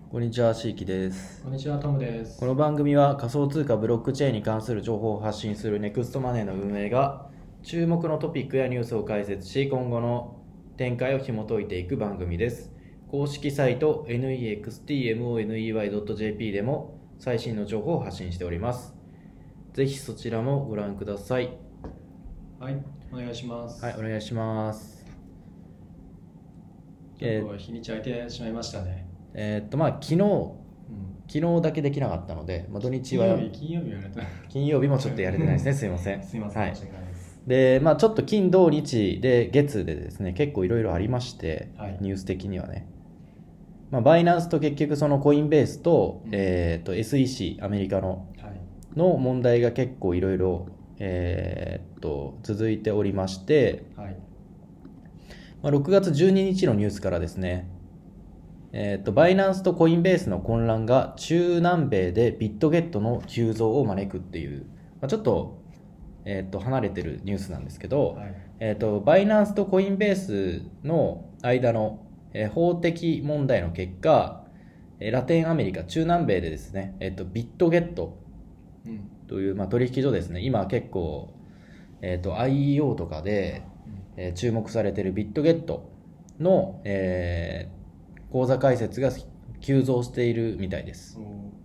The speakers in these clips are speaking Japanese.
こんにちは、しいきです。 こんにちは、トムです。 この番組は仮想通貨ブロックチェーンに関する情報を発信するネクストマネーの運営が注目のトピックやニュースを解説し、今後の展開を紐解いていく番組です。公式サイト nextmoney.jp でも最新の情報を発信しております。ぜひそちらもご覧ください。 はい、お願いします。 はい、お願いします。 ちょっと日にち空いてしまいましたね。 昨日だけできなかったので、土日は金曜日やられた。 金曜日もちょっとやれてないですね。すいません。 すいません、 はい。 申し訳ないです。 で、ちょっと金土日で月でですね、結構いろいろありまして、 はいニュース的にはね。バイナンスと結局そのコインベースと、SEC アメリカのはい問題が結構いろいろ続いておりまして、 はい 6月12日のニュースからですね、バイナンスとコインベースの混乱が中南米でビットゲットの急増を招くっていう、ちょっと、離れてるニュースなんですけど、 はいバイナンスとコインベースの間の、法的問題の結果、ラテンアメリカ中南米でですね、ビットゲットという、取引所ですね。今結構、IEO とかで、注目されているビットゲットの、口座開設が急増しているみたいです。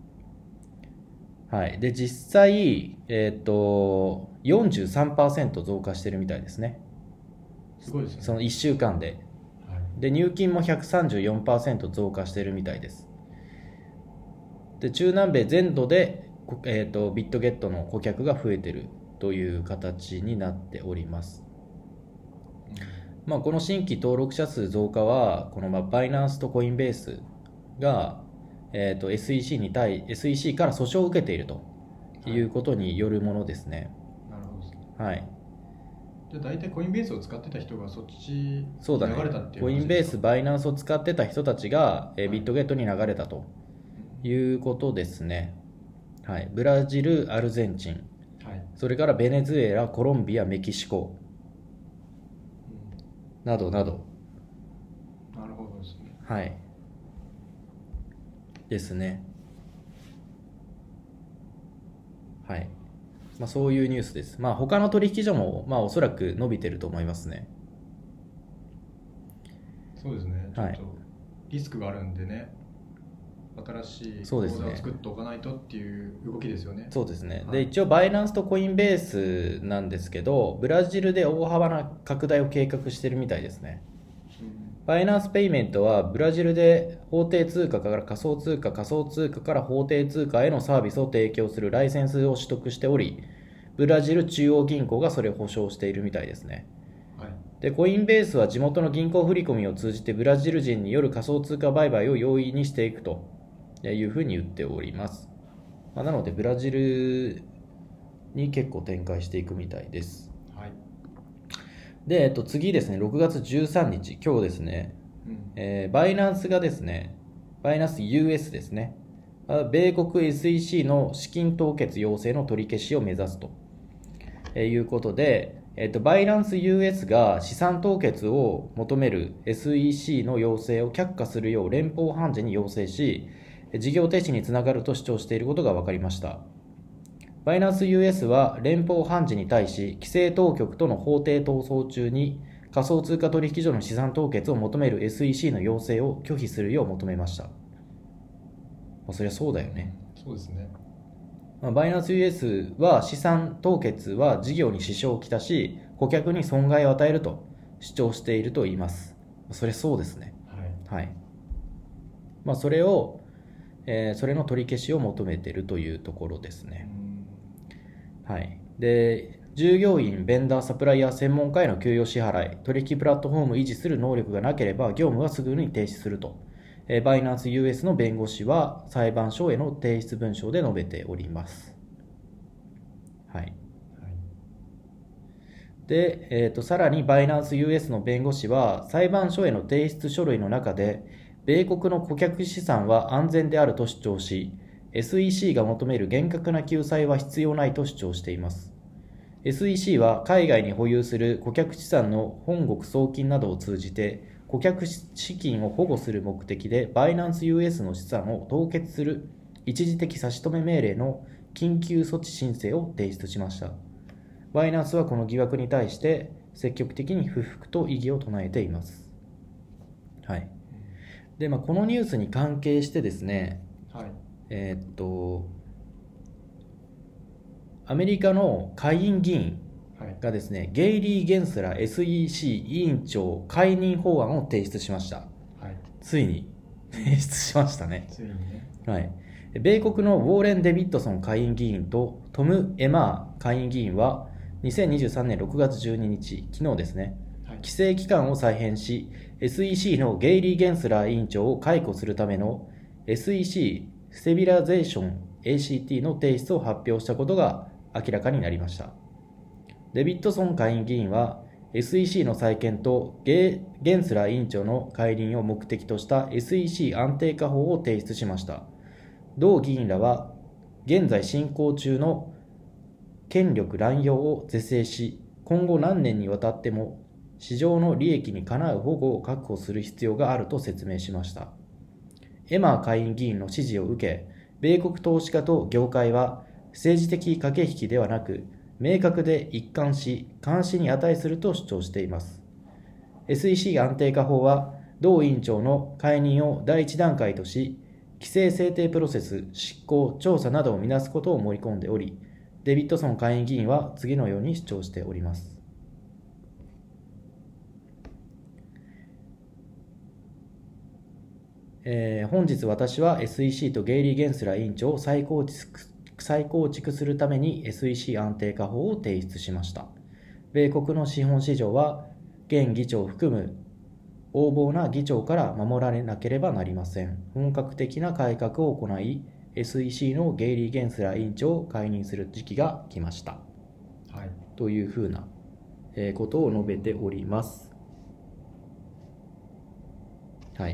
はい、で実際、43% 増加してるみたいですね。 すごいですね。 その1週間で。で入金も 134% 増加してるみたいです。で中南米全土で、ビットゲットの顧客が増えてるという形になっております。この新規登録者数増加はこのバイナンスとコインベースが、SEC から訴訟を受けているということによるものですね。 なるほどですね。 はい。 じゃあ大体コインベースを使ってた人がそっちにそうだね流れたっていうコインベース、 話ですか？ バイナンスを使ってた人たちが、ビットゲットに流れたということですね。はい。ブラジル、アルゼンチン、 はいそれからベネズエラ、コロンビア、メキシコなどなど、 なるほどですね。 はいですね。はい。そういうニュースです。他の取引所も、おそらく伸びてると思いますね。 そうですね。ちょはいっとリスクがあるんでね。新しい口そうですね座を作っておかないとっていう動きですよね。 そうですね。で、 はい一応バイナンスとコインベースなんですけど、ブラジルで大幅な拡大を計画してるみたいですね。バイナンスペイメントはブラジルで法定通貨から仮想通貨、仮想通貨から法定通貨へのサービスを提供するライセンスを取得しており、ブラジル中央銀行がそれを保証しているみたいですね。 はいで、コインベースは地元の銀行振込を通じてブラジル人による仮想通貨売買を容易にしていくというふうに言っております。なのでブラジルに結構展開していくみたいです。 はいで、次ですね、6月13日、今日ですね、バイナンスがですね、バイナンス US ですね、米国 SEC の資金凍結要請の取り消しを目指すということで、バイナンス US が資産凍結を求める SEC の要請を却下するよう連邦判事に要請し、事業停止につながると主張していることが分かりました。バイナンス US は連邦判事に対し、規制当局との法廷闘争中に仮想通貨取引所の資産凍結を求める SEC の要請を拒否するよう求めました。そりゃそうだよね。 そうですね。 バイナンス US は資産凍結は事業に支障をきたし、顧客に損害を与えると主張していると言います。そりゃそうですね。はい。それを、それの取り消しを求めているというところですね。はい。で、従業員、ベンダー、サプライヤー、専門家への給与支払い、取引プラットフォームを維持する能力がなければ業務はすぐに停止すると。バイナンス US の弁護士は裁判所への提出文書で述べております。はい。で、さらにバイナンス US の弁護士は裁判所への提出書類の中で、米国の顧客資産は安全であると主張し、SEC が求める厳格な救済は必要ないと主張しています。SEC は海外に保有する顧客資産の本国送金などを通じて顧客資金を保護する目的でバイナンス US の資産を凍結する一時的差し止め命令の緊急措置申請を提出しました。バイナンスはこの疑惑に対して積極的に不服と異議を唱えています。はい。で、このニュースに関係してですね、 はい、 アメリカの下院議員がですね、ゲイリー・ゲンスラー SEC 委員長解任法案を提出しました。はい、ついに提出しましたね。 ついにね。 はい。米国のウォーレン・デビッドソン下院議員とトム・エマー下院議員は2023年6月12日、昨日ですね、規制機関を再編し、SEC のゲイリー・ゲンスラー委員長を解雇するための SEC ステビラゼーション ACT の提出を発表したことが明らかになりました。デビッドソン下院議員は SEC の再建とゲンスラー委員長の解任を目的とした SEC 安定化法を提出しました。同議員らは現在進行中の権力乱用を是正し、今後何年にわたっても市場の利益にかなう保護を確保する必要があると説明しました。エマー下院議員の指示を受け、米国投資家と業界は政治的駆け引きではなく、明確で一貫し、監視に値すると主張しています。SEC 安定化法は、同委員長の解任を第一段階とし、規制制定プロセス、執行、調査などを見なすことを盛り込んでおり、デビッドソン下院議員は次のように主張しております。本日私は SEC とゲイリー・ゲンスラー委員長を再構築するために SEC 安定化法を提出しました。米国の資本市場は現議長を含む横暴な議長から守られなければなりません。本格的な改革を行い、SEC のゲイリー・ゲンスラー委員長を解任する時期が来ました。はい、というふうなことを述べております。はい。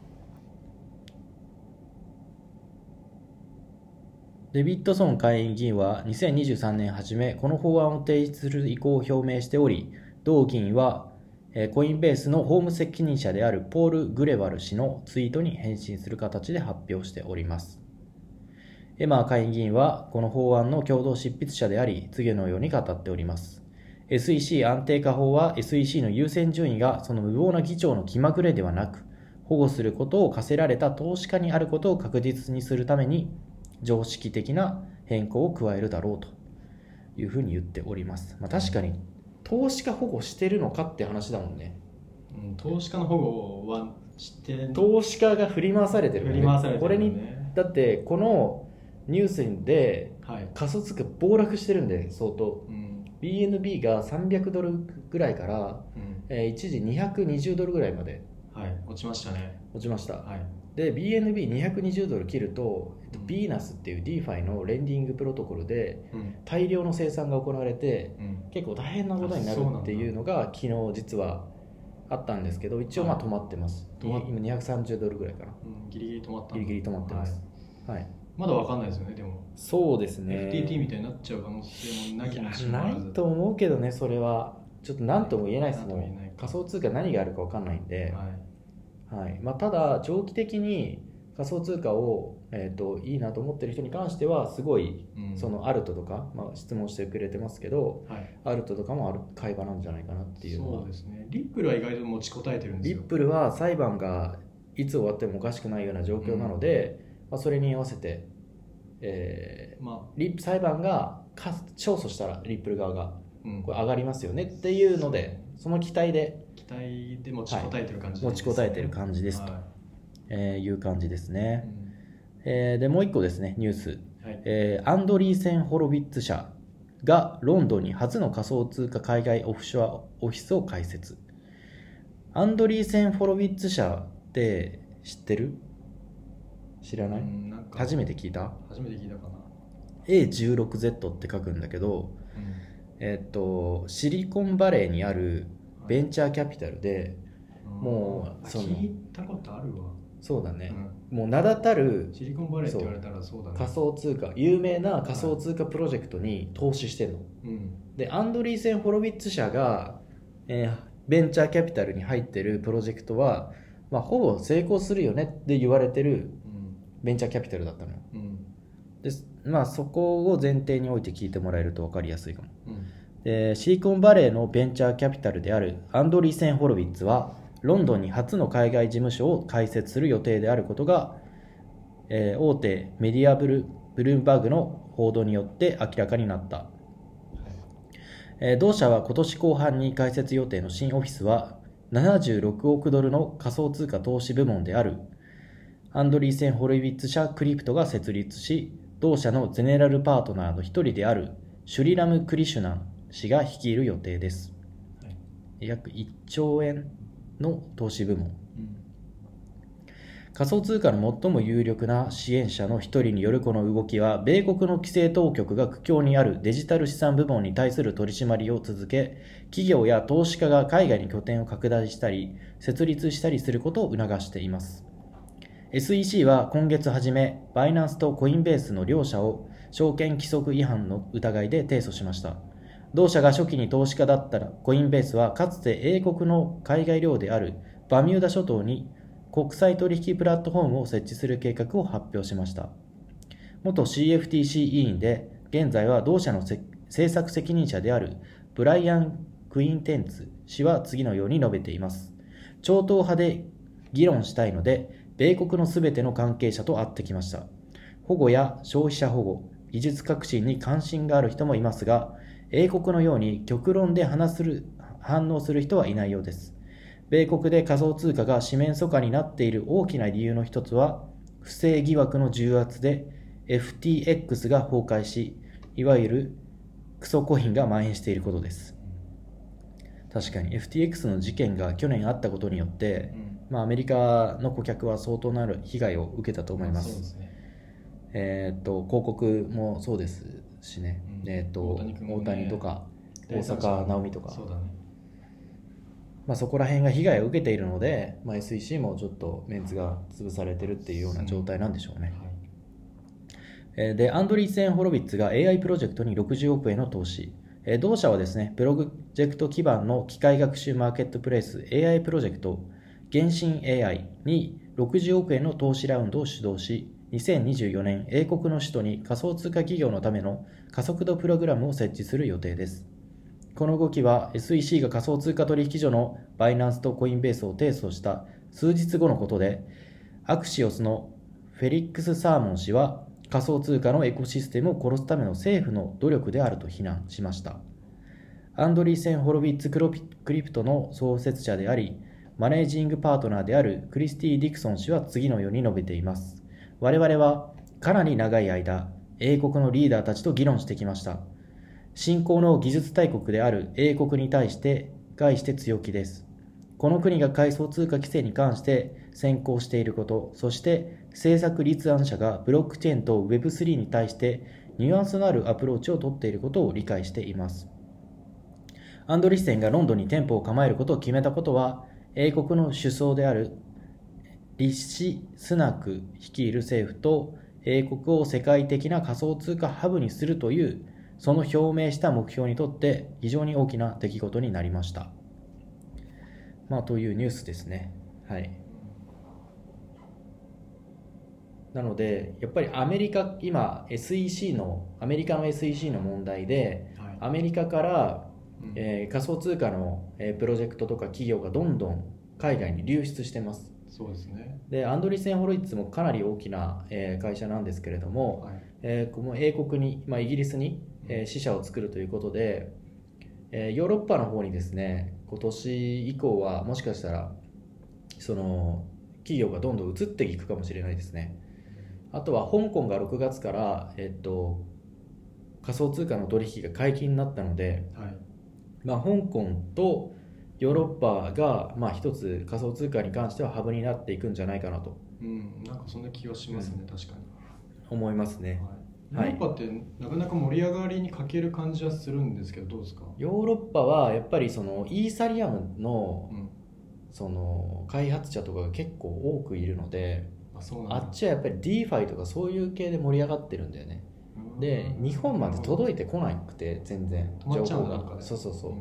デビッドソン下院議員は2023年初め、この法案を提出する意向を表明しており、同議員はコインベースの法務責任者であるポール・グレワル氏のツイートに返信する形で発表しております。エマー下院議員はこの法案の共同執筆者であり、次のように語っております。SEC 安定化法は SEC の優先順位がその無謀な議長の気まぐれではなく、保護することを課せられた投資家にあることを確実にするために、常識的な変更を加えるだろうというふうに言っております。確かに投資家保護してるのかって話だもんね。 投資家の保護はして投資家が振り回されてる、 振り回されてる、ね、 これにだってこのニュースで仮想通貨暴落してるんで相当、BNB が300ドルぐらいから、一時220ドルぐらいまで、 落ちましたね。 落ちました、で BNB220 ドル切ると、ビーナスっていう DeFi のレンディングプロトコルで大量の生産が行われて、結構大変なことになるっていうのが昨日実はあったんですけど、一応止まってます。今230ドルぐらいかな、 ギリギリ止まった。 ギリギリ止まってます。 まだ分かんないですよね。でもそうですね、 FTT みたいになっちゃう可能性もなきにしもあらず。 ないと思うけどね、それはちょっと何とも言えないですもん。仮想通貨何があるか分かんないんで、ただ長期的に仮想通貨を、いいなと思ってる人に関してはすごい、そのアルトとか、質問してくれてますけど、アルトとかもある買い場なんじゃないかなっていうのは。 そうですね。リップルは意外と持ちこたえてるんですよ。 リップルは裁判がいつ終わってもおかしくないような状況なので、それに合わせて、裁判が勝訴したらリップル側が、これ上がりますよねっていうので、その期待で持ちこたえてる感じですね。 持ちこたえてる感じですと、いう感じですね。でもう一個ですね、ニュース、アンドリーセン・ホロビッツ社がロンドンに初の仮想通貨海外オフショアオフィスを開設。アンドリーセン・ホロビッツ社って知ってる？知らない？初めて聞いた？ 初めて聞いたかな。 A16Z って書くんだけど、シリコンバレーにあるベンチャーキャピタルで、もう聞いたことあるわ。 そうだね、もう名だたるシリコンバレーって言われたらそうだね。 仮想通貨、有名な仮想通貨プロジェクトに投資してるの、でアンドリーセン・ホロビッツ社が、 ベンチャーキャピタルに入ってるプロジェクトは、ほぼ成功するよねって言われてるベンチャーキャピタルだったのよ、でそこを前提において聞いてもらえると分かりやすいかも、でシリコンバレーのベンチャーキャピタルであるアンドリーセン・ホロウィッツはロンドンに初の海外事務所を開設する予定であることが、大手メディアブルームバーグの報道によって明らかになった。同社は今年後半に開設予定の新オフィスは76億ドルの仮想通貨投資部門であるアンドリーセン・ホロウィッツ社クリプトが設立し、同社のゼネラルパートナーの一人であるシュリラム・クリシュナン氏が率いる予定です、約1兆円の投資部門、仮想通貨の最も有力な支援者の一人によるこの動きは、米国の規制当局が苦境にあるデジタル資産部門に対する取り締まりを続け、企業や投資家が海外に拠点を拡大したり設立したりすることを促しています。 SEC は今月初め、バイナンスとコインベースの両社を証券規則違反の疑いで提訴しました。同社が初期に投資家だったコインベースは、かつて英国の海外領であるバミューダ諸島に国際取引プラットフォームを設置する計画を発表しました。元 CFTC 委員で、現在は同社の政策責任者であるブライアン・クインテンツ氏は次のように述べています。超党派で議論したいので、米国のすべての関係者と会ってきました。保護や消費者保護、技術革新に関心がある人もいますが、英国のように極論で反応する人はいないようです。米国で仮想通貨が四面楚歌になっている大きな理由の一つは、不正疑惑の重圧で FTX が崩壊し、いわゆるクソコインが蔓延していることです。確かに FTX の事件が去年あったことによって、アメリカの顧客は相当なる被害を受けたと思います。そうですね。広告もそうですしね、大谷とか大坂なおみとか、そうだね。そこら辺が被害を受けているので、SEC もちょっとメンツが潰されてるっていうような状態なんでしょうね。で、アンドリーセン・ホロウィッツが AI プロジェクトに60億円の投資。同社はですね、プロジェクト基盤の機械学習マーケットプレイス AI プロジェクト原神 AI に60億円の投資ラウンドを主導し、2024年英国の首都に仮想通貨企業のための加速度プログラムを設置する予定です。この動きは SEC が仮想通貨取引所のバイナンスとコインベースを提訴した数日後のことで、アクシオスのフェリックス・サーモン氏は仮想通貨のエコシステムを殺すための政府の努力であると非難しました。アンドリーセン・ホロウィッツ・クリプトの創設者であり、マネージングパートナーであるクリスティ・ディクソン氏は次のように述べています。我々はかなり長い間、英国のリーダーたちと議論してきました。新興の技術大国である英国に対して概して強気です。この国が仮想通貨規制に関して先行していること、そして政策立案者がブロックチェーンと Web3 に対してニュアンスのあるアプローチを取っていることを理解しています。アンドリッセンがロンドンに店舗を構えることを決めたことは、英国の首相であるリシ・スナク率いる政府と英国を世界的な仮想通貨ハブにするというその表明した目標にとって非常に大きな出来事になりました。というニュースですね。はい。なのでやっぱりアメリカ、今 SEC のアメリカの SEC の問題で、アメリカから、仮想通貨のプロジェクトとか企業がどんどん海外に流出してます。 そうですね。 で、アンドリーセン・ホロイッツもかなり大きな会社なんですけれども、この英国に、イギリスに支社を作るということで、ヨーロッパの方にですね、今年以降はもしかしたらその企業がどんどん移っていくかもしれないですね。あとは香港が6月から、仮想通貨の取引が解禁になったので、香港とヨーロッパが、一つ仮想通貨に関してはハブになっていくんじゃないかなと、 なんかそんな気がしますね、確かに思いますね。 ヨーロッパってなかなか盛り上がりに欠ける感じはするんですけど、どうですか？ ヨーロッパはやっぱりそのイーサリアムの、その開発者とかが結構多くいるので、あっちはやっぱり DeFi とかそういう系で盛り上がってるんだよね。で、日本まで届いてこなくて全然情報が、そう、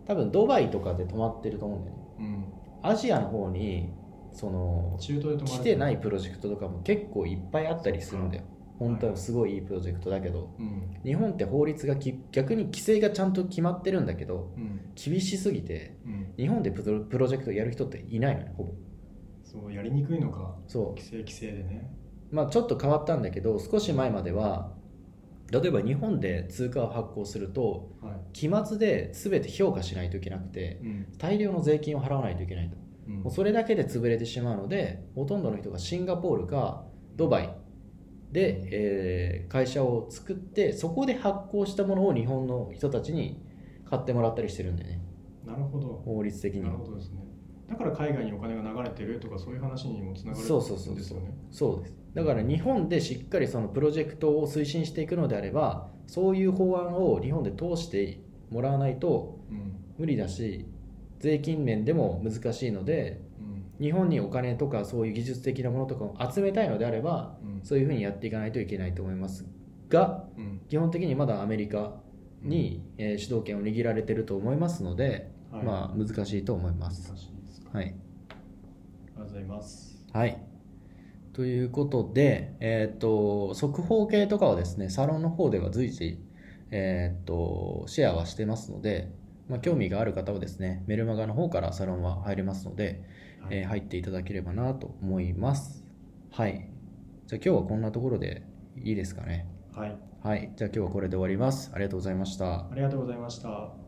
多分ドバイとかで泊まってると思うんだよね、 うん、 アジアの方にその中東で泊まる来てないプロジェクトとかも結構いっぱいあったりするんだよ。本当はすごいいいプロジェクトだけど、 うん、 日本って法律が逆に規制がちゃんと決まってるんだけど、 うん、 厳しすぎて、 うん、 日本でプロジェクトやる人っていないのね、ほぼ。 そうやりにくいのか。 そう規制でね。 まあちょっと変わったんだけど、少し前までは例えば日本で通貨を発行すると、 はい、 期末で全て評価しないといけなくて、 うん、 大量の税金を払わないといけないと、 うん、 もうそれだけで潰れてしまうので、ほとんどの人がシンガポールかドバイで、会社を作って、そこで発行したものを日本の人たちに買ってもらったりしてるんでね。 なるほど。 法律的になるほどですね。だから海外にお金が流れてるとかそういう話にもつながるんですよね。 そうです。だから日本でしっかりそのプロジェクトを推進していくのであれば、そういう法案を日本で通してもらわないと無理だし、税金面でも難しいので、日本にお金とかそういう技術的なものとかを集めたいのであれば、そういうふうにやっていかないといけないと思いますが、基本的にまだアメリカに、主導権を握られていると思いますので、 はい、 まあ難しいと思います。 難しいですか。 はい。 ありがとうございます。 はい。ということで、速報系とかはですね、サロンの方では随時、シェアはしてますので、まあ、興味がある方はですね、メルマガの方からサロンは入れますので、はい、入っていただければなと思います。はい。じゃあ今日はこんなところでいいですかね。 はい。 はい。じゃあ今日はこれで終わります。ありがとうございました。 ありがとうございました。